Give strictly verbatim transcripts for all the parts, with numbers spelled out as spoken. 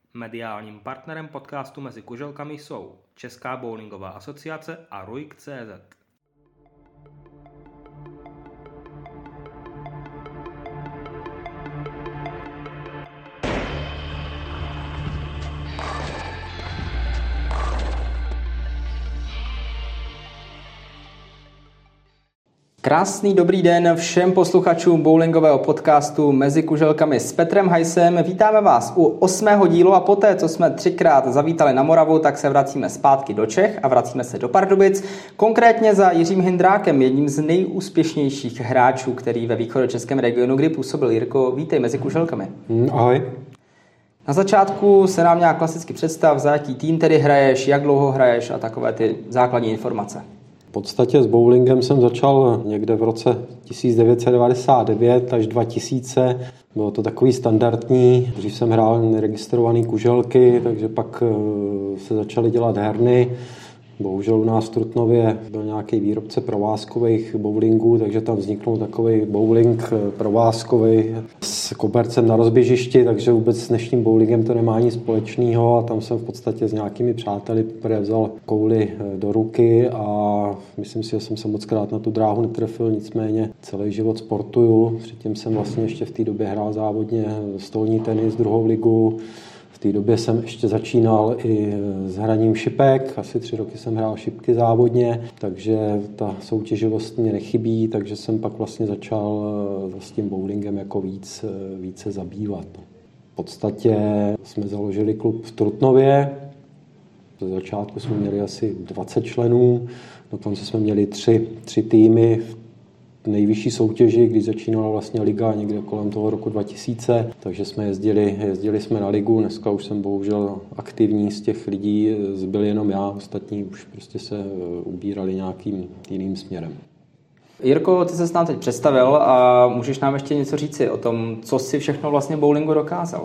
Mediálním partnerem podcastu Mezi kuželkami jsou Česká bowlingová asociace a Ruik tečka cé zet. Krásný dobrý den všem posluchačům bowlingového podcastu Mezi kuželkami s Petrem Hajsem. Vítáme vás u osmého dílu a poté, co jsme třikrát zavítali na Moravu, tak se vracíme zpátky do Čech a vracíme se do Pardubic. Konkrétně za Jiřím Hindrákem, jedním z nejúspěšnějších hráčů, který ve východočeském regionu kdy působil. Jirko, vítej Mezi kuželkami. Ahoj. Na začátku se nám nějak klasicky představ, za jaký tým tedy hraješ, jak dlouho hraješ a takové ty základní informace. V podstatě s bowlingem jsem začal někde v roce tisíc devět set devadesát devět až dva tisíce. Bylo to takový standardní. Dřív jsem hrál neregistrované kuželky, takže pak se začaly dělat herny. Bohužel u nás v Trutnově byl nějaký výrobce provázkových bowlingů, takže tam vzniknul takový bowling provázkový s kobercem na rozběžišti, takže vůbec s dnešním bowlingem to nemá nic společného a tam jsem v podstatě s nějakými přáteli vzal kouli do ruky a myslím si, že jsem se moc krát na tu dráhu netrefil, nicméně celý život sportuju. Předtím jsem vlastně ještě v té době hrál závodně stolní tenis, druhou ligu. V té době jsem ještě začínal i s hraním šipek, asi tři roky jsem hrál šipky závodně, takže ta soutěživost mě nechybí, takže jsem pak vlastně začal s tím bowlingem jako víc, více zabývat. V podstatě jsme založili klub v Trutnově, ze začátku jsme měli asi dvacet členů, dokonce jsme měli tři, tři týmy v nejvyšší soutěži, když začínala vlastně liga někde kolem toho roku dva tisíce, takže jsme jezdili, jezdili jsme na ligu, dneska už jsem bohužel aktivní, z těch lidí zbyl jenom já, ostatní už prostě se ubírali nějakým jiným směrem. Jirko, ty se nám teď představil a můžeš nám ještě něco říci o tom, co si všechno vlastně bowlingu dokázal?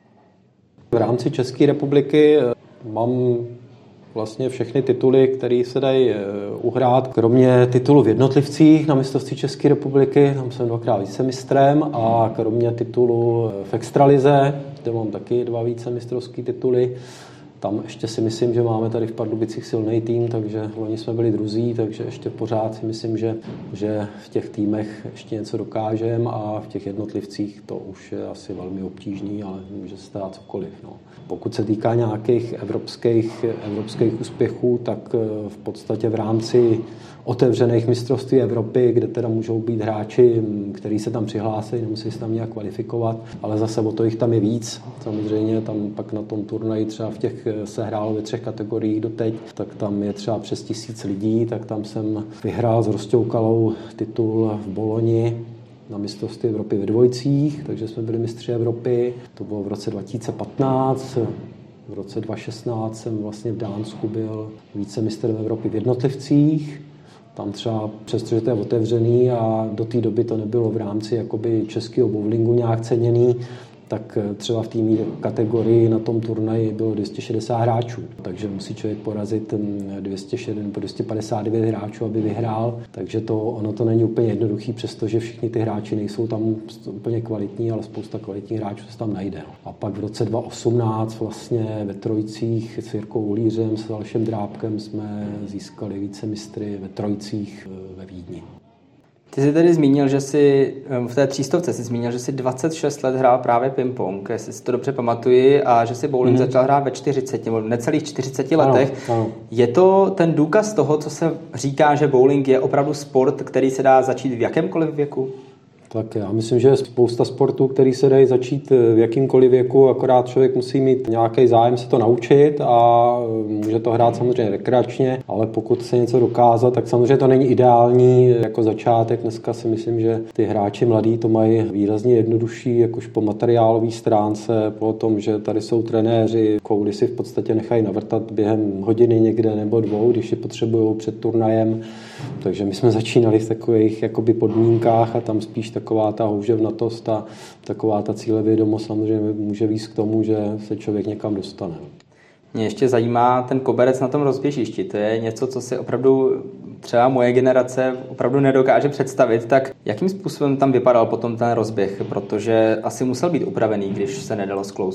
V rámci České republiky mám vlastně všechny tituly, které se dají uhrát, kromě titulu v jednotlivcích na mistrovství České republiky, tam jsem dvakrát vicemistrem, a kromě titulu v extralize, kde mám taky dva vicemistrovské tituly. Tam ještě si myslím, že máme tady v Pardubicích silný tým, takže loni jsme byli druzí, takže ještě pořád si myslím, že, že v těch týmech ještě něco dokážeme a v těch jednotlivcích to už je asi velmi obtížný, ale může se stát cokoliv. No. Pokud se týká nějakých evropských, evropských úspěchů, tak v podstatě v rámci otevřených mistrovství Evropy, kde teda můžou být hráči, kteří se tam přihlásí, nemusí se tam nějak kvalifikovat, ale zase o to jich tam je víc. Samozřejmě tam pak na tom turnaji třeba v těch se hrálo ve třech kategoriích doteď, tak tam je třeba přes tisíc lidí, tak tam jsem vyhrál s Rostou titul v Boloni na mistrovství Evropy ve dvojicích, takže jsme byli mistři Evropy. To bylo v roce dva tisíce patnáct. V roce dva tisíce šestnáct jsem vlastně v Dánsku byl vicemistrem Evropy v jednotlivcích. Tam třeba přestože to je otevřený a do té doby to nebylo v rámci jakoby českého bowlingu nějak ceněný, tak třeba v té kategorii na tom turnaji bylo dvě stě šedesát hráčů. Takže musí člověk porazit dvě stě šedesát nebo dvě stě padesát devět hráčů, aby vyhrál. Takže to, ono to není úplně jednoduchý, přestože všichni ty hráči nejsou tam úplně kvalitní, ale spousta kvalitních hráčů se tam najde. A pak v roce dva tisíce osmnáct vlastně ve trojicích s Jirkou Ulířem, s Alešem Drábkem jsme získali vicemistry ve trojicích ve Vídni. Ty jsi tedy zmínil, že jsi v té třístovce jsi zmínil, že jsi dvacet šest let hrál právě ping-pong, jestli si to dobře pamatuji, a že si bowling mm. začal hrát ve čtyřiceti nebo necelých čtyřiceti letech. Ano, ano. Je to ten důkaz toho, co se říká, že bowling je opravdu sport, který se dá začít v jakémkoliv věku? Tak já myslím, že je spousta sportů, který se dají začít v jakýmkoliv věku, akorát člověk musí mít nějaký zájem se to naučit a může to hrát samozřejmě rekreačně, ale pokud se něco dokázat, tak samozřejmě to není ideální jako začátek. Dneska si myslím, že ty hráči mladí to mají výrazně jednodušší, jakož po materiálové stránce, po tom, že tady jsou trenéři, kouli si v podstatě nechají navrtat během hodiny někde nebo dvou, když je potřebují před turnajem. Takže my jsme začínali v takových jakoby podmínkách a tam spíš taková ta houževnatost a taková ta cílevědomost samozřejmě může vést k tomu, že se člověk někam dostane. Mě ještě zajímá ten koberec na tom rozběžišti. To je něco, co si opravdu třeba moje generace opravdu nedokáže představit. Tak jakým způsobem tam vypadal potom ten rozběh? Protože asi musel být upravený, když se nedalo sklouznout.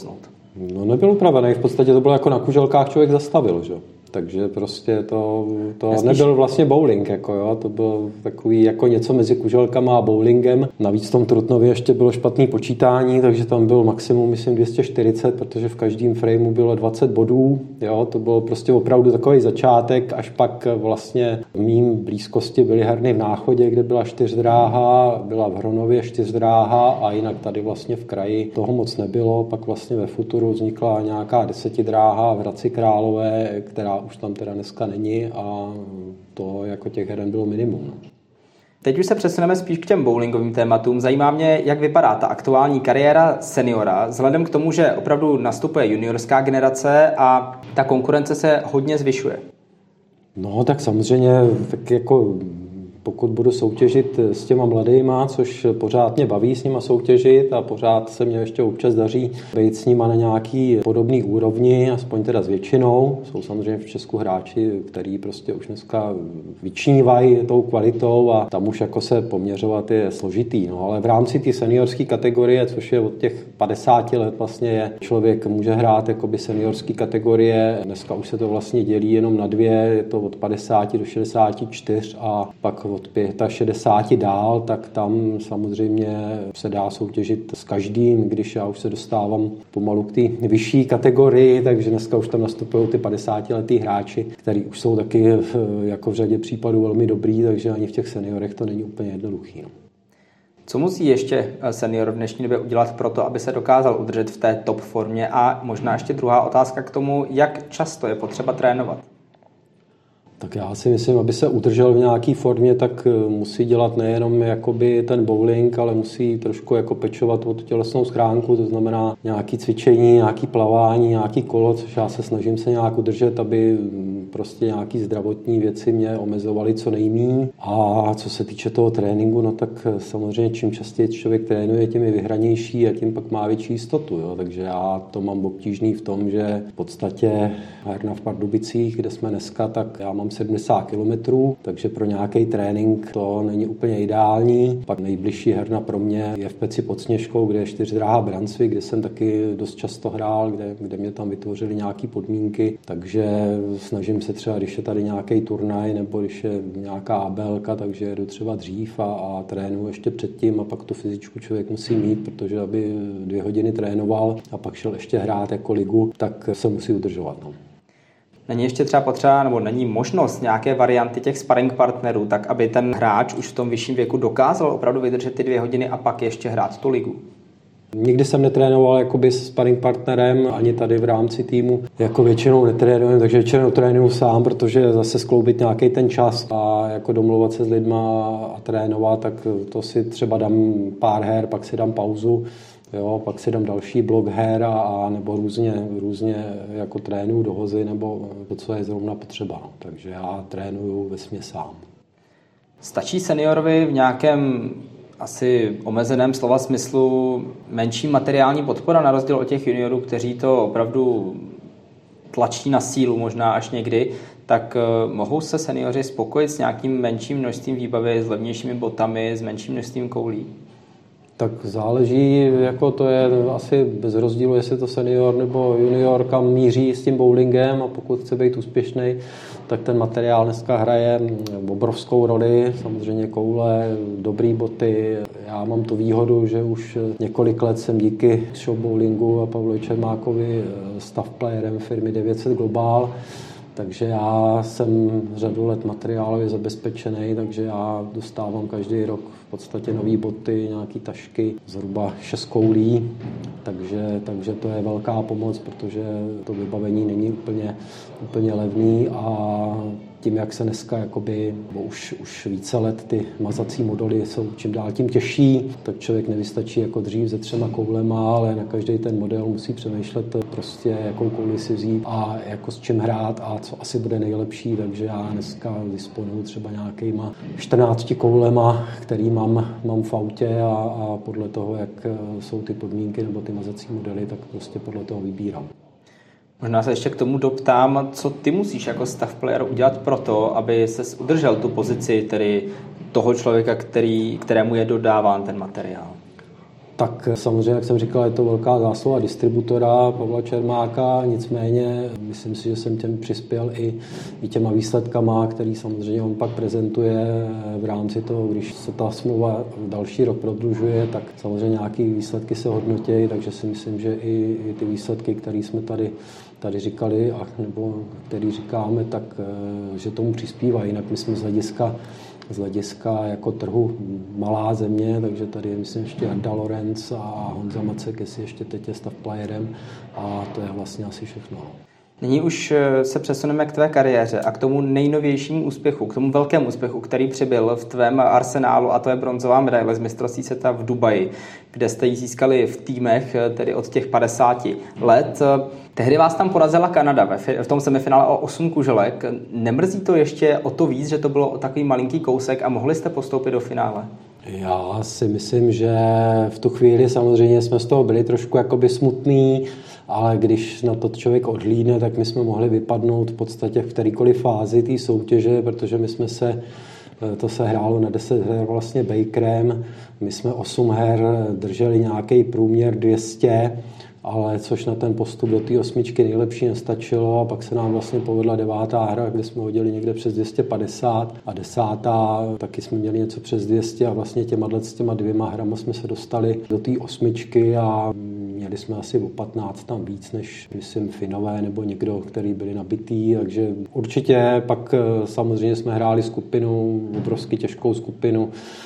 No nebyl upravený, v podstatě to bylo jako na kuželkách člověk zastavil, že? Takže prostě to, to nebyl vlastně bowling, jako jo, to byl takový jako něco mezi kuželkama a bowlingem. Navíc v tom Trutnově ještě bylo špatný počítání, takže tam byl maximum, myslím, dvě stě čtyřicet, protože v každém frameu bylo dvacet bodů, jo, to bylo prostě opravdu takový začátek, až pak vlastně v mým blízkosti byly herny v Náchodě, kde byla čtyřdráha, byla v Hronově čtyřdráha a jinak tady vlastně v kraji toho moc nebylo, pak vlastně ve Futuru vznikla nějaká desetidráha v Hradci Králové, která už tam teda dneska není a to jako těch heren bylo minimum. Teď už se přesuneme spíš k těm bowlingovým tématům. Zajímá mě, jak vypadá ta aktuální kariéra seniora, vzhledem k tomu, že opravdu nastupuje juniorská generace a ta konkurence se hodně zvyšuje. No tak samozřejmě, tak jako pokud budu soutěžit s těma mladýma, což pořád mě baví s nima soutěžit a pořád se mě ještě občas daří být s nima na nějaký podobný úrovni, aspoň teda s většinou. Jsou samozřejmě v Česku hráči, který prostě už dneska vyčnívají tou kvalitou a tam už jako se poměřovat je složitý. No, ale v rámci té seniorské kategorie, což je od těch padesáti let vlastně je, člověk může hrát jakoby seniorské kategorie. Dneska už se to vlastně dělí jenom na dvě, je to od padesáti do šedesáti čtyř a pak od šedesáti pěti dál, tak tam samozřejmě se dá soutěžit s každým, když já už se dostávám pomalu k té vyšší kategorii, takže dneska už tam nastupují ty padesátiletí hráči, kteří už jsou taky jako v řadě případů velmi dobrý, takže ani v těch seniorech to není úplně jednoduchý. No. Co musí ještě senior v dnešní době udělat pro to, aby se dokázal udržet v té top formě? A možná ještě druhá otázka k tomu, jak často je potřeba trénovat? Tak já si myslím, aby se udržel v nějaké formě, tak musí dělat nejenom jakoby ten bowling, ale musí trošku jako pečovat o tu tělesnou schránku, to znamená nějaké cvičení, nějaké plavání, nějaké kolo, což já se snažím se nějak udržet, aby prostě nějaké zdravotní věci mě omezovaly co nejméně. A co se týče toho tréninku, no tak samozřejmě čím častěji člověk trénuje, tím je vyhranější a tím pak má větší jistotu. Jo. Takže já to mám obtížný v tom, že v podstatě herna v Pardubicích, kde jsme dneska, tak já mám sedmdesát kilometrů, takže pro nějaký trénink to není úplně ideální. Pak nejbližší herna pro mě je v Peci pod Sněžkou, kde je čtyřdráha Bransvik, kde jsem taky dost často hrál, kde, kde mě tam vytvořili nějaké podmínky, takže snažím se třeba, když je tady nějaký turnaj nebo když je nějaká abelka, takže jedu třeba dřív a, a trénuji ještě předtím a pak tu fyzičku člověk musí mít, protože aby dvě hodiny trénoval a pak šel ještě hrát jako ligu, tak se musí udržovat. No. Není ještě třeba potřeba, nebo není možnost nějaké varianty těch sparring partnerů, tak aby ten hráč už v tom vyšším věku dokázal opravdu vydržet ty dvě hodiny a pak ještě hrát tu ligu? Nikdy jsem netrénoval jakoby s sparring partnerem, ani tady v rámci týmu. Jako většinou netrénujem, takže většinou trénuju sám, protože zase skloubit nějaký ten čas a jako domluvat se s lidma a trénovat, tak to si třeba dám pár her, pak si dám pauzu. Jo, pak si dám další blok her a, a nebo různě, různě jako trénuju do hozy nebo to, co je zrovna potřeba. No. Takže já trénuju vesměs sám. Stačí seniorovi v nějakém asi omezeném slova smyslu menší materiální podpora na rozdíl od těch juniorů, kteří to opravdu tlačí na sílu možná až někdy, tak mohou se seniori spokojit s nějakým menším množstvím výbavy, s levnějšími botami, s menším množstvím koulí? Tak záleží, jako to je asi bez rozdílu, jestli to senior nebo junior, kam míří s tím bowlingem a pokud chce být úspěšný, tak ten materiál dneska hraje obrovskou roli. Samozřejmě koule, dobrý boty. Já mám tu výhodu, že už několik let jsem díky Show Bowlingu a Pavlovi Čermákovi staff playerem firmy devět set Global. Takže já jsem řadu let materiálově zabezpečený, takže já dostávám každý rok v podstatě nový boty, nějaký tašky, zhruba šest koulí, takže, takže to je velká pomoc, protože to vybavení není úplně, úplně levný a tím, jak se dneska jakoby, už, už více let ty mazací modely jsou čím dál tím těžší, tak člověk nevystačí jako dřív se třema koulema, ale na každý ten model musí přemýšlet prostě, jakou kouli si vzít a jako s čím hrát a co asi bude nejlepší, takže já dneska disponuju třeba nějakýma čtrnácti koulema, který mám, mám v autě a, a podle toho, jak jsou ty podmínky nebo ty mazací modely, tak prostě podle toho vybírám. Možná se ještě k tomu doptám, co ty musíš jako staff player udělat pro to, aby ses udržel tu pozici tedy toho člověka, který, kterému je dodáván ten materiál. Tak samozřejmě, jak jsem říkal, je to velká zásluha distributora Pavla Čermáka, nicméně myslím si, že jsem těm přispěl i, i těma výsledkama, který samozřejmě on pak prezentuje v rámci toho, když se ta smlouva další rok prodlužuje, tak samozřejmě nějaké výsledky se hodnotí, takže si myslím, že i, i ty výsledky, které jsme tady tady říkali, a nebo který říkáme, tak že tomu přispívají. Jinak my jsme z hlediska, z hlediska jako trhu malá země, takže tady je, myslím, ještě Jarda Lorenz a Honza Macek, jestli ještě teď je stav playerem, a to je vlastně asi všechno. Nyní už se přesuneme k tvé kariéře a k tomu nejnovějšímu úspěchu, k tomu velkému úspěchu, který přibyl v tvém arsenálu, a to je bronzová medaile z mistrovství světa v Dubaji, kde jste ji získali v týmech, tedy od těch padesáti let. Tehdy vás tam porazila Kanada v tom semifinále o osm kuželek. Nemrzí to ještě o to víc, že to bylo takový malinký kousek a mohli jste postoupit do finále? Já si myslím, že v tu chvíli samozřejmě jsme z toho byli trošku jakoby smutný, ale když na to člověk odhlídne, tak my jsme mohli vypadnout v podstatě v kterýkoliv fázi té soutěže, protože my jsme se, to se hrálo na deset her vlastně Bakerem, my jsme osm her drželi nějaký průměr dvě stě, ale což na ten postup do té osmičky nejlepší nestačilo, a pak se nám vlastně povedla devátá hra, kde jsme hodili někde přes dvě stě padesát, a desátá taky jsme měli něco přes dvě stě, a vlastně těma, s těma dvěma hrama jsme se dostali do té osmičky a měli jsme asi o patnáct tam víc než, myslím, Finové nebo někdo, který byli nabitý, takže určitě pak samozřejmě jsme hráli skupinu, obrovsky těžkou skupinu,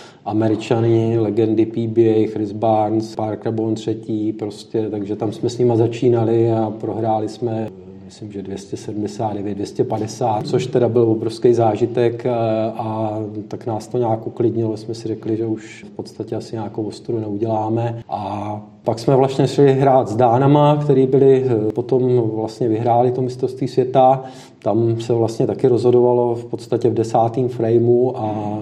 Američani, legendy P B A, Chris Barnes, Parker Bone třetí, prostě, takže tam jsme s nima začínali a prohráli jsme, myslím, že dvě stě sedmdesát devět, dvě stě padesát, což teda byl obrovský zážitek, a, a tak nás to nějak uklidnilo, jsme si řekli, že už v podstatě asi nějakou ostudu neuděláme, a pak jsme vlastně šli hrát s Dánama, který byli potom vlastně vyhráli to mistrovství světa, tam se vlastně taky rozhodovalo v podstatě v desátém frameu a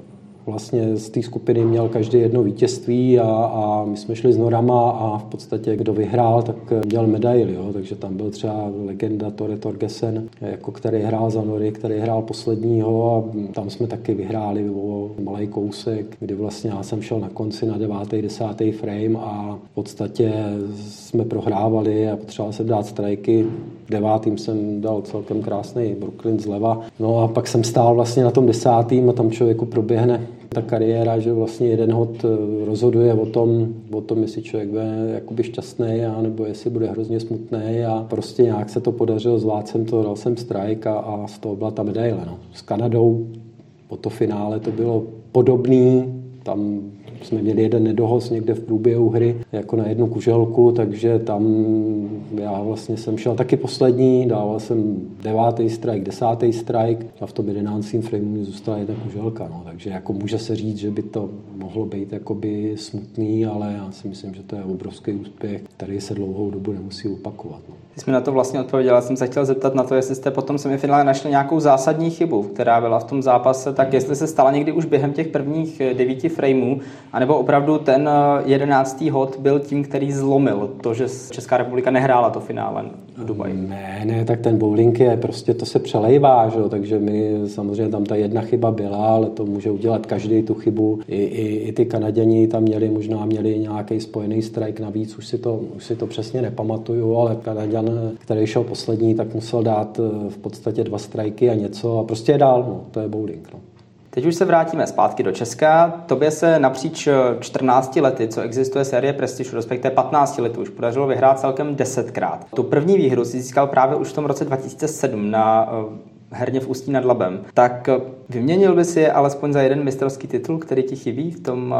vlastně z té skupiny měl každý jedno vítězství a, a my jsme šli s Norama a v podstatě kdo vyhrál, tak měl medaili, jo? Takže tam byl třeba legenda Tore Torgersen, jako který hrál za Nory, který hrál posledního, a tam jsme taky vyhráli o malej kousek, kdy vlastně já jsem šel na konci na devátý, desátý frame a v podstatě jsme prohrávali a potřeboval jsem dát strajky. Devátým jsem dal celkem krásný Brooklyn zleva. No a pak jsem stál vlastně na tom desátým a tam člověku proběhne ta kariéra, že vlastně jeden hod rozhoduje o tom, o tom, jestli člověk bude jakoby šťastný, nebo jestli bude hrozně smutný, a prostě nějak se to podařilo, zvládl jsem to, dal jsem strike a, a z toho byla ta medaile. No. S Kanadou po to finále to bylo podobný, tam jsme měli jeden nedohoz někde v průběhu hry, jako na jednu kuželku, takže tam já vlastně jsem šel taky poslední, dával jsem devátý strike, desátý strike a v tom jedenáctém frameu mi zůstala jedna kuželka, no. Takže jako může se říct, že by to mohlo být jakoby smutný, ale já si myslím, že to je obrovský úspěch, který se dlouhou dobu nemusí opakovat. No. Ty jsi mi na to vlastně odpověděl, já jsem se chtěl zeptat na to, jestli jste potom semifinále našli nějakou zásadní chybu, která byla v tom zápase, tak jestli se stala někdy už během těch prvních devíti frameů, anebo opravdu ten jedenáctý hod byl tím, který zlomil to, že Česká republika nehrála to finále v Dubaji. Ne, ne, tak ten bowling je prostě, to se přelejvá, že? Takže my samozřejmě tam ta jedna chyba byla, ale to může udělat každý tu chybu. I, i, i ty Kanaděni tam měli, možná měli nějaký spojený strike navíc, už si to, už si to přesně nepamatuju, ale Kanaďan, který šel poslední, tak musel dát v podstatě dva strajky a něco a prostě je dál, no, to je bowling. No. Teď už se vrátíme zpátky do Česka. Tobě se napříč čtrnácti lety, co existuje série Prestige, respektive patnácti lety, už podařilo vyhrát celkem desetkrát. Tu první výhru si získal právě už v tom roce dva tisíce sedm na herně v Ústí nad Labem. Tak vyměnil by si je alespoň za jeden mistrovský titul, který ti chybí v tom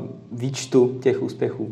výčtu těch úspěchů?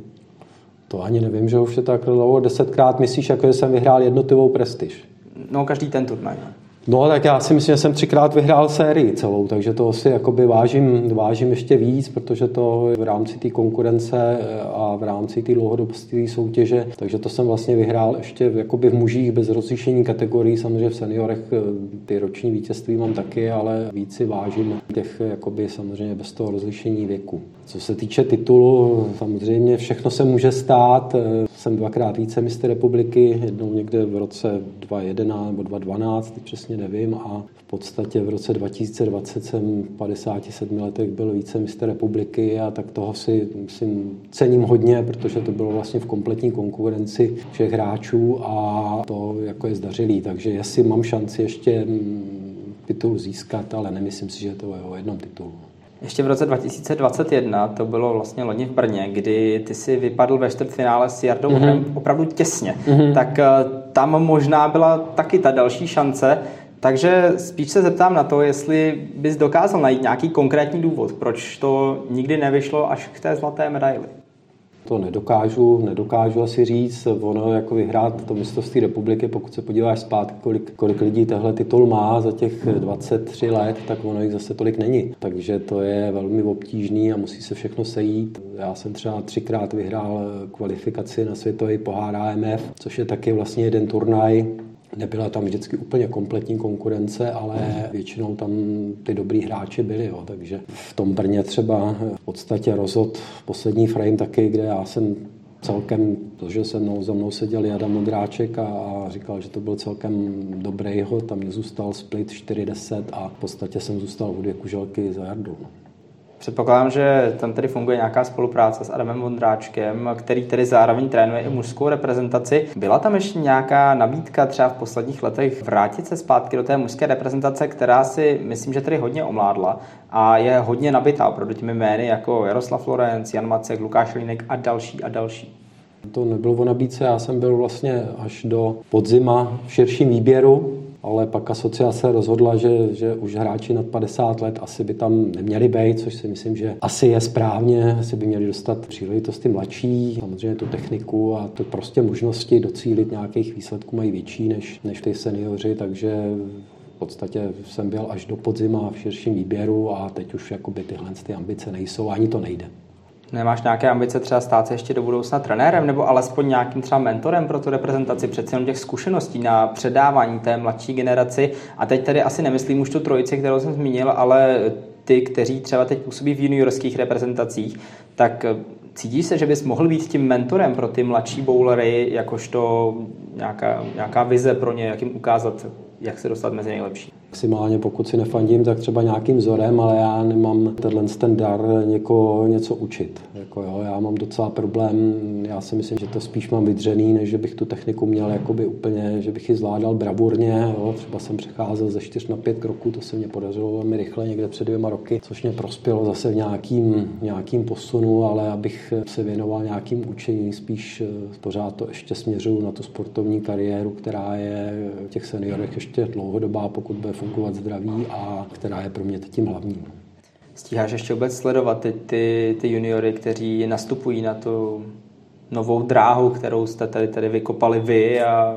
To ani nevím, že už je tak dlouho. Desetkrát myslíš, jako že jsem vyhrál jednotlivou Prestige? No, každý ten turnaj. No, tak já si myslím, že jsem třikrát vyhrál sérii celou, takže to si jakoby vážím, vážím ještě víc, protože to v rámci té konkurence a v rámci té dlouhodobosti soutěže, takže to jsem vlastně vyhrál ještě jakoby v mužích bez rozlišení kategorií, samozřejmě v seniorech ty roční vítězství mám taky, ale víc si vážím těch jakoby samozřejmě bez toho rozlišení věku. Co se týče titulu, samozřejmě všechno se může stát. Jsem dvakrát více mistr republiky, jednou někde v roce dva tisíce jedenáct nebo dva tisíce dvanáct, přesně vlastně nevím a v podstatě v roce dva tisíce dvacet jsem v padesáti sedmi letech byl vícemistr republiky a tak toho si myslím, cením hodně, protože to bylo vlastně v kompletní konkurenci všech hráčů a to jako je zdařilý, takže jestli mám šanci ještě titul získat, ale nemyslím si, že to je o jednom titulu. Ještě v roce dva tisíce dvacet jedna, to bylo vlastně loni v Brně, kdy ty si vypadl ve čtvrtfinále s Jardou mm-hmm. opravdu těsně. Mm-hmm. Tak tam možná byla taky ta další šance. Takže spíš se zeptám na to, jestli bys dokázal najít nějaký konkrétní důvod, proč to nikdy nevyšlo až k té zlaté medaili. To nedokážu, nedokážu asi říct. Ono jako vyhrát to mistrovství republiky, pokud se podíváš zpátky, kolik, kolik lidí tehle titul má za těch dvacet tři let, tak ono jich zase tolik není. Takže to je velmi obtížný a musí se všechno sejít. Já jsem třeba třikrát vyhrál kvalifikaci na světový pohár A M F, což je taky vlastně jeden turnaj. Nebyla tam vždycky úplně kompletní konkurence, ale většinou tam ty dobrý hráči byli. Jo. Takže v tom Brně třeba v podstatě rozhodl poslední frame taky, kde já jsem celkem, protože se mnou, za mnou seděl Jada Modráček a, a říkal, že to byl celkem dobrý hod, tam mě zůstal split čtyři deset a v podstatě jsem zůstal o dvě kuželky za Jardou. Předpokládám, že tam tedy funguje nějaká spolupráce s Adamem Vondráčkem, který tedy zároveň trénuje i mužskou reprezentaci. Byla tam ještě nějaká nabídka třeba v posledních letech vrátit se zpátky do té mužské reprezentace, která si myslím, že tedy hodně omládla a je hodně nabitá opravdu těmi jmény jako Jaroslav Lorenc, Jan Macek, Lukáš Línek a další a další. To nebylo o nabídce, já jsem byl vlastně až do podzima v širším výběru, ale pak asociace rozhodla, že, že už hráči nad padesát let asi by tam neměli být, což si myslím, že asi je správně, asi by měli dostat příležitosti mladší, samozřejmě tu techniku a to prostě možnosti docílit nějakých výsledků mají větší než, než ty seniori, takže v podstatě jsem byl až do podzima v širším výběru a teď už jakoby tyhle ty ambice nejsou, ani to nejde. Nemáš nějaké ambice třeba stát se ještě do budoucna trenérem nebo alespoň nějakým třeba mentorem pro tu reprezentaci, přece jenom těch zkušeností na předávání té mladší generaci? A teď tedy asi nemyslím už tu trojici, kterou jsem zmínil, ale ty, kteří třeba teď působí v juniorských reprezentacích, tak cítíš se, že bys mohl být tím mentorem pro ty mladší bowlery, jakožto nějaká, nějaká vize pro ně, jak jim ukázat, jak se dostat mezi nejlepší? Maximálně, pokud si nefandím, tak třeba nějakým vzorem, ale já nemám tenhle ten dar někoho něco učit. Jako jo, já mám docela problém, já si myslím, že to spíš mám vydřený, než že bych tu techniku měl jakoby úplně, že bych ji zvládal bravurně. Jo. Třeba jsem přecházel ze čtyř na pět kroků, to se mě podařilo velmi rychle někde před dvěma roky, což mě prospělo zase v nějakým, nějakým posunu, ale abych se věnoval nějakým učení, spíš pořád to ještě směřuju na tu sportovní kariéru, která je v těch seniorech ještě dlouhodobá, pokud bude fungovat zdraví a která je pro mě tím hlavním. Stíháš ještě vůbec sledovat ty, ty, ty juniory, kteří nastupují na tu novou dráhu, kterou jste tady, tady vykopali vy a,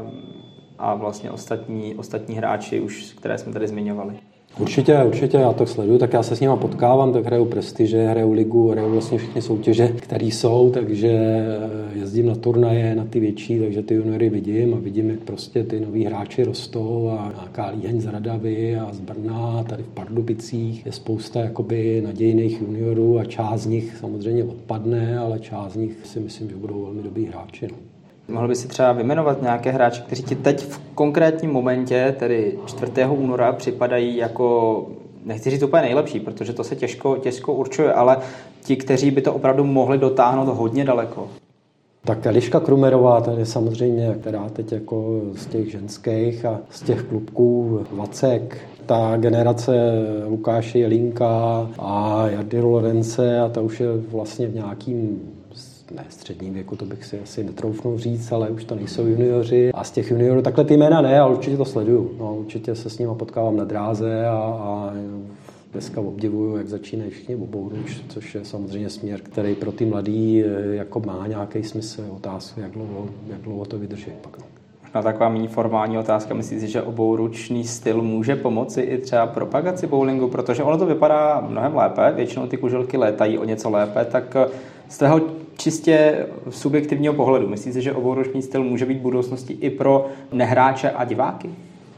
a vlastně ostatní, ostatní hráči, už, které jsme tady zmiňovali? Určitě, určitě, já to sleduju, tak já se s nima potkávám, tak hraju prestiže, hraju ligu, hraju vlastně všechny soutěže, které jsou, takže jezdím na turnaje, na ty větší, takže ty juniory vidím a vidím, jak prostě ty noví hráči rostou a nějaká Líheň z Radavy a z Brna, tady v Pardubicích je spousta jakoby nadějných juniorů a část z nich samozřejmě odpadne, ale část z nich si myslím, že budou velmi dobrý hráči. No. Mohl by si třeba vyjmenovat nějaké hráče, kteří ti teď v konkrétním momentě, tedy čtvrtého února, připadají jako, nechci říct úplně nejlepší, protože to se těžko, těžko určuje, ale ti, kteří by to opravdu mohli dotáhnout hodně daleko? Tak Eliška Krumerová, tady samozřejmě, která teď jako z těch ženských a z těch klubků Vacek, ta generace Lukáše Jelínka a Jardy Lorence a ta už je vlastně v nějakým ne středním věku, to bych si asi netroufnul říct, ale už to nejsou junioři. A z těch juniorů takhle ty jména ne, ale určitě to sleduju. No, určitě se s nimi potkávám na dráze a, a dneska obdivuju, jak začínají všichni obouruč, což je samozřejmě směr, který pro ty mladý jako má nějaký smysl. Otázka, jak dlouho, jak dlouho to vydrží pak. Možná taková méně formální otázka. Myslíš si, že obouručný styl může pomoci i třeba propagaci bowlingu, protože ono to vypadá mnohem lépe, většinou ty kuželky létají o něco lépe, tak z toho čistě subjektivního pohledu, myslíš si, že obouručný styl může být v budoucnosti i pro nehráče a diváky?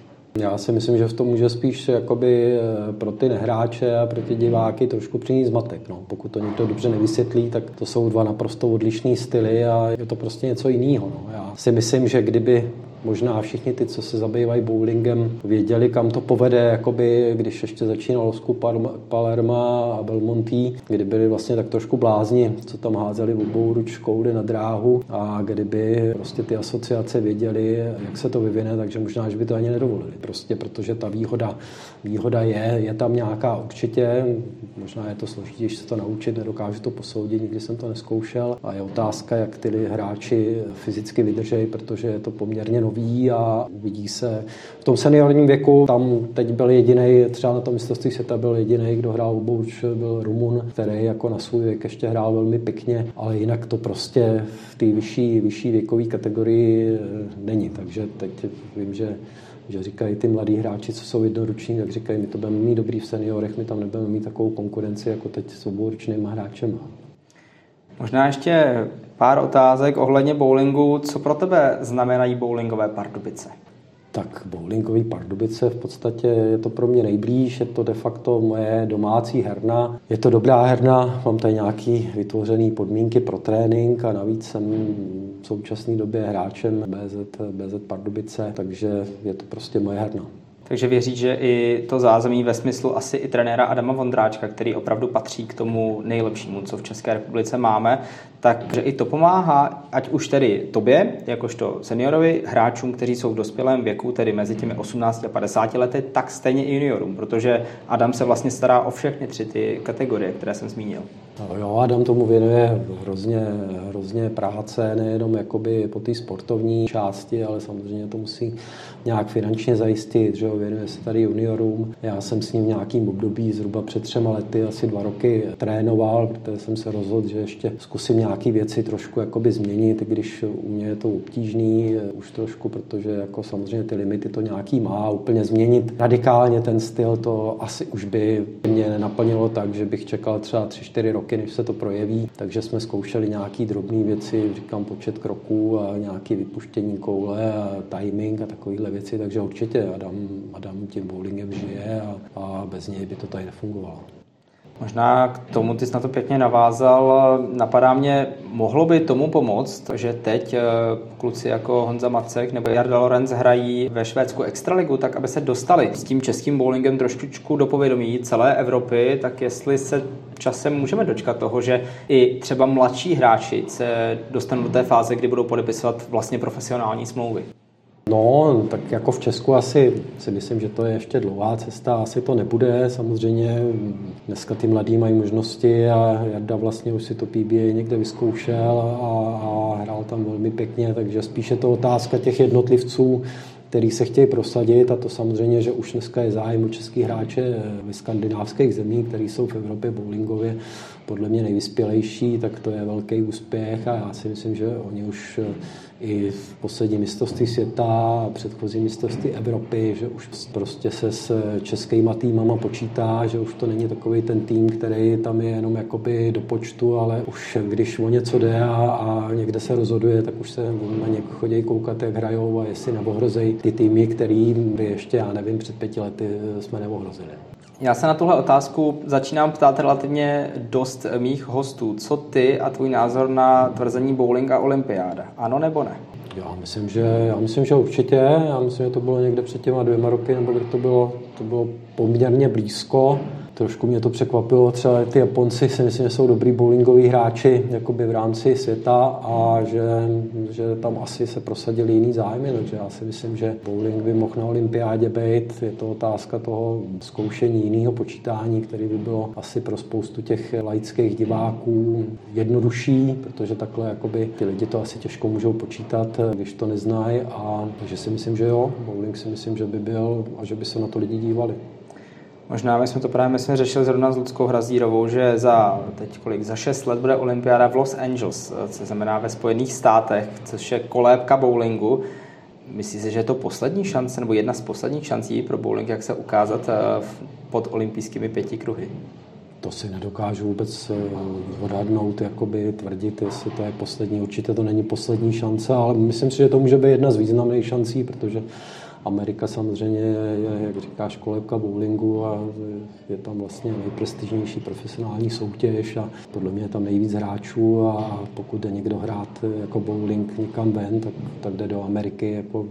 Já si myslím, že v tom může spíš jakoby pro ty nehráče a pro ty diváky trošku přinést zmatek. No. Pokud to někdo dobře nevysvětlí, tak to jsou dva naprosto odlišný styly a je to prostě něco jiného. No. Já si myslím, že kdyby možná všichni ty, co se zabývají bowlingem, věděli, kam to povede, jakoby, když ještě začínal Losku Palerma a Belmonte, kdy byli vlastně tak trošku blázni, co tam házeli obou ručkouly na dráhu a kdyby prostě ty asociace věděli, jak se to vyvine, takže možná, že by to ani nedovolili. Prostě, protože ta výhoda, výhoda je, je tam nějaká určitě, možná je to složitější se to naučit, nedokážu to posoudit, nikdy jsem to neskoušel a je otázka, jak ty hráči fyzicky vydržejí, protože je to poměrně nový a uvidí se. V tom seniorním věku tam teď byl jediný, třeba na tom mistrovství světa byl jediný, kdo hrál obouč, byl Rumun, který jako na svůj věk ještě hrál velmi pěkně, ale jinak to prostě v té vyšší, vyšší věkové kategorii není. Takže teď vím, že že říkají ty mladí hráči, co jsou jednoruční, tak říkají, my to budeme mít dobrý v seniorech, my tam nebudeme mít takovou konkurenci, jako teď s obouručnýma hráčema. Možná ještě pár otázek ohledně bowlingu. Co pro tebe znamenají bowlingové Pardubice? Tak bowlingový Pardubice v podstatě je to pro mě nejblíž, je to de facto moje domácí herna. Je to dobrá herna, mám tady nějaký vytvořený podmínky pro trénink a navíc jsem v současné době hráčem bé zet, bé zet Pardubice, takže je to prostě moje herna. Takže věří, že i to zázemí ve smyslu asi i trenéra Adama Vondráčka, který opravdu patří k tomu nejlepšímu, co v České republice máme, takže i to pomáhá, ať už tedy tobě, jakožto seniorovi, hráčům, kteří jsou v dospělém věku, tedy mezi těmi osmnácti a padesáti lety, tak stejně i juniorům, protože Adam se vlastně stará o všechny tři ty kategorie, které jsem zmínil. No jo, Adam tomu věnuje hrozně, hrozně práce, nejenom jakoby po té sportovní části, ale samozřejmě to musí nějak finančně zajistit, že jo, věnuje se tady juniorům. Já jsem s ním v nějakým období zhruba před třema lety, asi dva roky trénoval, protože jsem se rozhodl, že ještě zkusím nějaké věci trošku jakoby změnit, když u mě je to obtížný už trošku, protože jako samozřejmě ty limity to nějaký má, úplně změnit radikálně ten styl, to asi už by mě nenaplnilo tak, že bych čekal třeba tři čtyři roky, než se to projeví, takže jsme zkoušeli nějaké drobné věci, říkám počet kroků a nějaké vypuštění koule a timing a takovéhle věci, takže určitě Adam, Adam tím bowlingem žije a, a bez něj by to tady nefungovalo. Možná k tomu ty jsi na to pěkně navázal. Napadá mě, mohlo by tomu pomoct, že teď kluci jako Honza Macek nebo Jarda Lorenz hrají ve Švédsku extraligu, tak aby se dostali s tím českým bowlingem trošičku do povědomí celé Evropy, tak jestli se časem můžeme dočkat toho, že i třeba mladší hráči se dostanou do té fáze, kdy budou podepisovat vlastně profesionální smlouvy. No, tak jako v Česku asi si myslím, že to je ještě dlouhá cesta, asi to nebude. Samozřejmě dneska ty mladí mají možnosti a Jarda vlastně už si to P B A někde vyzkoušel a, a hrál tam velmi pěkně, takže spíše to otázka těch jednotlivců, který se chtějí prosadit, a to samozřejmě, že už dneska je zájem o český hráče ve skandinávských zemích, který jsou v Evropě bowlingově podle mě nejvyspělejší, tak to je velký úspěch a já si myslím, že oni už i v poslední mistrovství světa a předchozí mistrovství Evropy, že už prostě se s českýma týmama počítá, že už to není takový ten tým, který tam je jenom jakoby do počtu, ale už když o něco jde a, a někde se rozhoduje, tak už se na ně chodí koukat, jak hrajou a jestli neohrozejí ty týmy, který by ještě, já nevím, před pěti lety jsme neohrozili. Já se na tuhle otázku začínám ptát relativně dost mých hostů. Co ty a tvůj názor na tvrzení bowling a olympiáda? Ano nebo ne? Já myslím, že, já myslím, že určitě. Já myslím, že to bylo někde před těma dvěma roky, nebo kdy to bylo, to bylo poměrně blízko. Trošku mě to překvapilo, třeba ty Japonci si myslím, že jsou dobrý bowlingoví hráči jakoby v rámci světa a že, že tam asi se prosadili jiný zájmy, takže já si myslím, že bowling by mohl na olympiádě být. Je to otázka toho zkoušení jiného počítání, který by bylo asi pro spoustu těch laických diváků jednodušší, protože takhle jakoby ty lidi to asi těžko můžou počítat, když to neznají, a takže si myslím, že jo, bowling si myslím, že by byl a že by se na to lidi dívali. Možná my jsme to právě my jsme řešili zrovna s Luckou Hrazírovou, že za teď kolik, za šest let bude olympiáda v Los Angeles, co znamená ve Spojených státech, což je kolébka bowlingu. Myslíš si, že je to poslední šance, nebo jedna z posledních šancí pro bowling, jak se ukázat pod olympijskými pěti kruhy? To si nedokážu vůbec odhadnout, jakoby tvrdit, jestli to je poslední. Určitě to není poslední šance, ale myslím si, že to může být jedna z významných šancí, protože Amerika samozřejmě je, jak říkáš, kolébka bowlingu a je tam vlastně nejprestižnější profesionální soutěž a podle mě je tam nejvíc hráčů a pokud jde někdo hrát jako bowling někam ven, tak, tak jde do Ameriky jako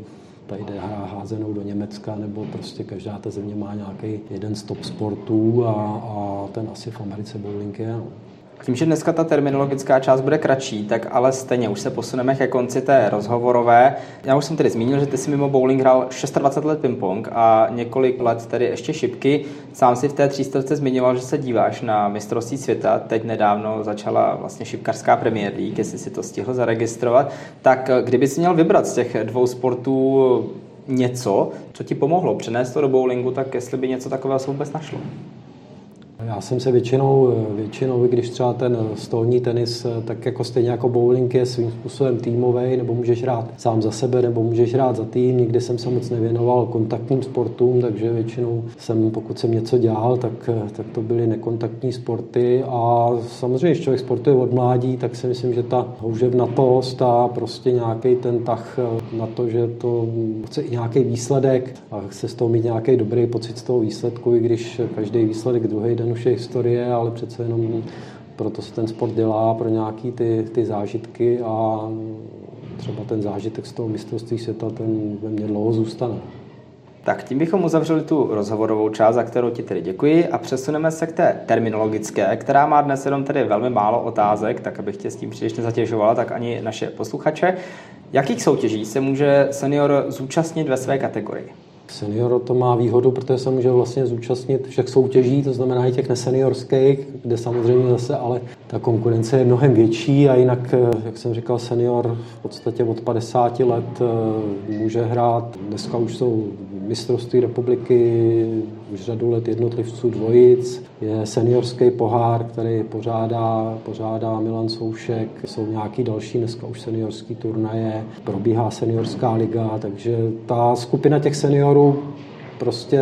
tady jde hrát házenou do Německa, nebo prostě každá ta země má nějaký jeden z top sportů a, a ten asi v Americe bowling je. No. Tím, že dneska ta terminologická část bude kratší, tak ale stejně už se posuneme ke konci té rozhovorové. Já už jsem tedy zmínil, že ty si mimo bowling hrál dvacet šest let ping-pong a několik let tedy ještě šipky. Sám si v té třístovce zmiňoval, že se díváš na mistrovství světa. Teď nedávno začala vlastně šipkařská Premier League, jestli si to stihl zaregistrovat. Tak kdyby si měl vybrat z těch dvou sportů něco, co ti pomohlo přenést to do bowlingu, tak jestli by něco takového se vůbec našlo? Já jsem se většinou, většinou, když třeba ten stolní tenis, tak jako stejně jako bowling je svým způsobem týmový, nebo můžeš hrát sám za sebe, nebo můžeš hrát za tým. Nikdy jsem se moc nevěnoval kontaktním sportům, takže většinou jsem, pokud jsem něco dělal, tak, tak to byly nekontaktní sporty. A samozřejmě, když člověk sportuje od mládí, tak si myslím, že ta houževnatost a prostě nějaký ten tah na to, že to chce i nějaký výsledek a chce z toho mít nějaký dobrý pocit z toho výsledku, i když každý výsledek druhý den už je historie, ale přece jenom proto se ten sport dělá, pro nějaký ty, ty zážitky a třeba ten zážitek z toho mistrovství světa, ten ve mně dlouho zůstane. Tak tím bychom uzavřeli tu rozhovorovou část, za kterou ti tedy děkuji a přesuneme se k té terminologické, která má dnes jenom tedy velmi málo otázek, tak abych tě s tím příliš nezatěžovala, tak ani naše posluchače. Jakých soutěží se může senior zúčastnit ve své kategorii? Senior to má výhodu, protože se může vlastně zúčastnit všech soutěží, to znamená i těch neseniorských, kde samozřejmě zase ale ta konkurence je mnohem větší a jinak, jak jsem říkal, senior v podstatě od padesáti let může hrát. Dneska už jsou mistrovství republiky, už řadu let jednotlivců dvojic, je seniorský pohár, který pořádá, pořádá Milan Soušek, jsou nějaký další dneska už seniorský turnaje, probíhá seniorská liga, takže ta skupina těch seniorů prostě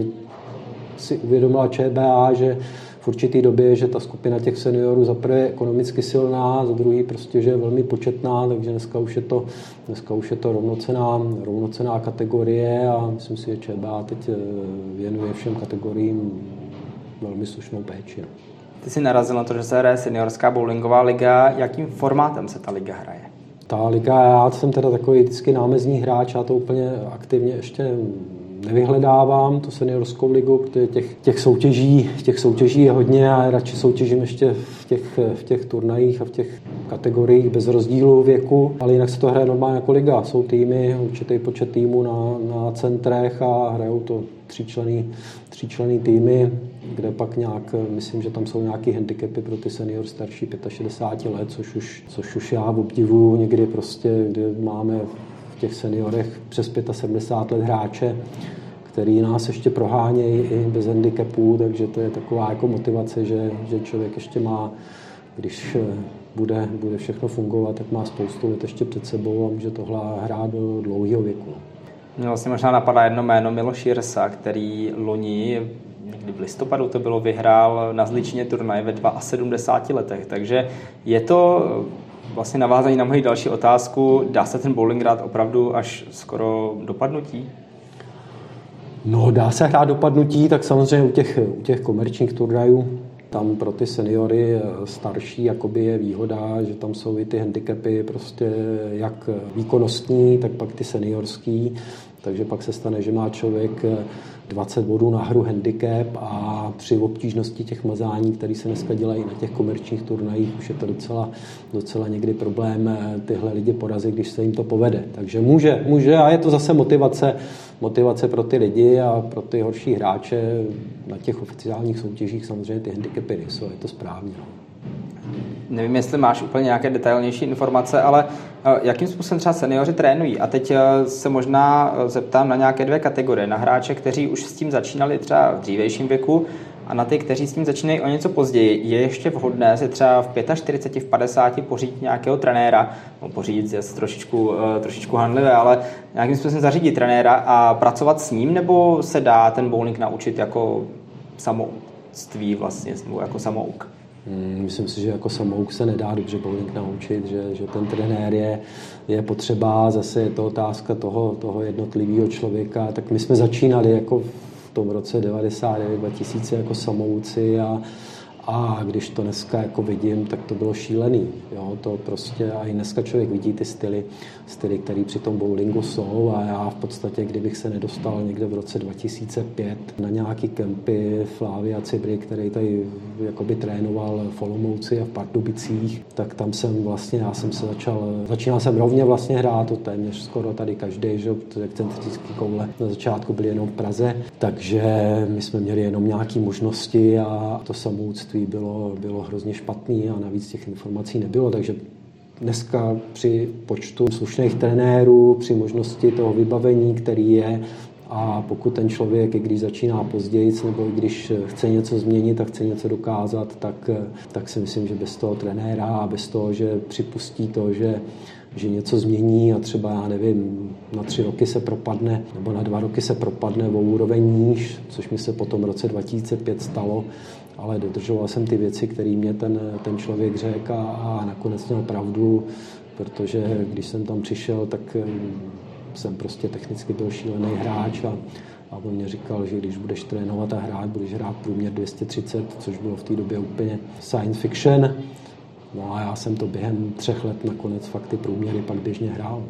si uvědomila ČBA, že v určitý době, že ta skupina těch seniorů za prvé je ekonomicky silná, za druhý prostě, že je velmi početná, takže dneska už je to, dneska už je to rovnocenná, rovnocenná kategorie a myslím si, že ČBA teď věnuje všem kategoriím velmi slušnou péči. Ty jsi narazil na to, že se hraje seniorská bowlingová liga. Jakým formátem se ta liga hraje? Ta liga, já jsem teda takový vždycky námezní hráč, já to úplně aktivně ještě nevyhledávám, tu seniorskou ligu, protože těch, těch, soutěží, těch soutěží je hodně a radši soutěžím ještě v těch, v těch turnajích a v těch kategoriích bez rozdílu věku, ale jinak se to hraje normálně jako liga. Jsou týmy, určitý počet týmů na, na centrech a hrajou to tříčlenný, tříčlenný týmy, kde pak nějak, myslím, že tam jsou nějaký handicapy pro ty senior starší šedesáti pěti let, což už, což už já obdivuju někdy prostě, kde máme v těch seniorech přes sedmdesát pět let hráče, který nás ještě prohánějí i bez handicapů, takže to je taková jako motivace, že, že člověk ještě má, když bude, bude všechno fungovat, tak má spoustu let ještě před sebou a může tohle hrát do dlouhého věku. Mě vlastně možná napadá jedno jméno Miloš Jirsa, který loni, někdy v listopadu to bylo, vyhrál na Zličině turnaj ve sedmdesáti dvou letech, takže je to vlastně navázání na moji další otázku, dá se ten bowling hrát opravdu až skoro dopadnutí? No, dá se hrát dopadnutí, tak samozřejmě u těch, u těch komerčních turnajů, tam pro ty seniory starší jakoby je výhoda, že tam jsou i ty handicapy prostě jak výkonnostní, tak pak ty seniorský, takže pak se stane, že má člověk dvacet bodů na hru handicap a při obtížnosti těch mazání, které se dneska dělají na těch komerčních turnajích, už je to docela, docela někdy problém tyhle lidi porazit, když se jim to povede. Takže může, může a je to zase motivace, motivace pro ty lidi a pro ty horší hráče na těch oficiálních soutěžích samozřejmě ty handicapy jsou, je to správně. Nevím, jestli máš úplně nějaké detailnější informace, ale jakým způsobem třeba seniori trénují? A teď se možná zeptám na nějaké dvě kategorie. Na hráče, kteří už s tím začínali třeba v dřívějším věku a na ty, kteří s tím začínají o něco později. Je ještě vhodné si třeba v čtyřiceti pěti, v padesáti pořídit nějakého trenéra, no pořídit je trošičku, trošičku handlivé, ale nějakým způsobem zařídit trenéra a pracovat s ním, nebo se dá ten bowling naučit jako samoukství vlastně, nebo jako samouk? Myslím si, že jako samouk se nedá dobře bowling naučit, že, že ten trenér je, je potřeba, zase je to otázka toho, toho jednotlivého člověka. Tak my jsme začínali jako v tom roce devadesát devět dva tisíce jako samouci a, A když to dneska jako vidím, tak to bylo šílený. Jo? To prostě a i dneska člověk vidí ty styly, styly, které při tom bowlingu jsou a já v podstatě, kdybych se nedostal někde v roce dva tisíce pět na nějaký kempy Flávia Cibry, který tady jakoby trénoval v Olomouci a v Pardubicích, tak tam jsem vlastně, já jsem se začal, začínal jsem rovně vlastně hrát, to téměř skoro tady každý, že excentrické koule na začátku byly jenom v Praze, takže my jsme měli jenom nějaké možnosti a to samouctví bylo, bylo hrozně špatný a navíc těch informací nebylo, takže dneska při počtu slušných trenérů, při možnosti toho vybavení, který je, a pokud ten člověk, i když začíná později, nebo i když chce něco změnit a chce něco dokázat, tak, tak si myslím, že bez toho trenéra a bez toho, že připustí to, že, že něco změní a třeba, já nevím, na tři roky se propadne, nebo na dva roky se propadne o úroveň níž, což mi se potom v roce dva tisíce pět stalo, ale dodržoval jsem ty věci, které mě ten, ten člověk řekl a, a nakonec měl pravdu, protože když jsem tam přišel, tak jsem prostě technicky byl šílený hráč a, a on mě říkal, že když budeš trénovat a hrát, budeš hrát průměr dvě stě třicet, což bylo v té době úplně science fiction. No a já jsem to během třech let nakonec fakt ty průměry pak běžně hrál.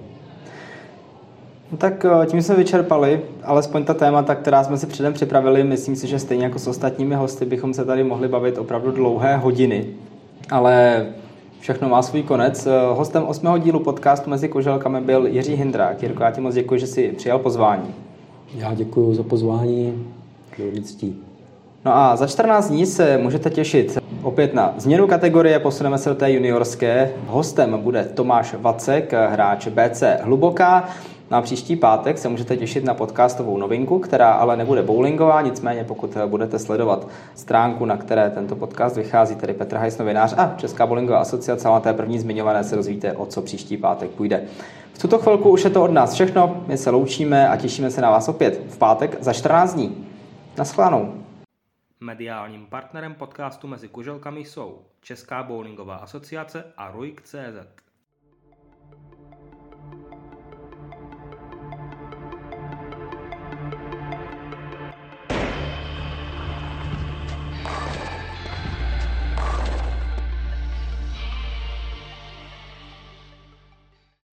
No tak tím jsme vyčerpali alespoň ta témata, která jsme si předem připravili. Myslím si, že stejně jako s ostatními hosty bychom se tady mohli bavit opravdu dlouhé hodiny. Ale všechno má svůj konec. Hostem osmého dílu podcastu Mezi koželkami byl Jiří Hindrák. Jirko, já ti moc děkuji, že jsi přijal pozvání. Já děkuji za pozvání. Velmi ctí. No a za čtrnáct dní se můžete těšit opět na změnu kategorie, posuneme se do té juniorské. Hostem bude Tomáš Vacek, hráč B C Hluboká. Na příští pátek se můžete těšit na podcastovou novinku, která ale nebude bowlingová, nicméně pokud budete sledovat stránku, na které tento podcast vychází, tedy Petr Hajs, novinář a Česká bowlingová asociace, a na té první zmiňované se dozvíte, o co příští pátek půjde. V tuto chvilku už je to od nás všechno, my se loučíme a těšíme se na vás opět v pátek za čtrnáct dní. Naschledanou. Mediálním partnerem podcastu Mezi kuželkami jsou Česká bowlingová asociace a Ruik tečka cé zet.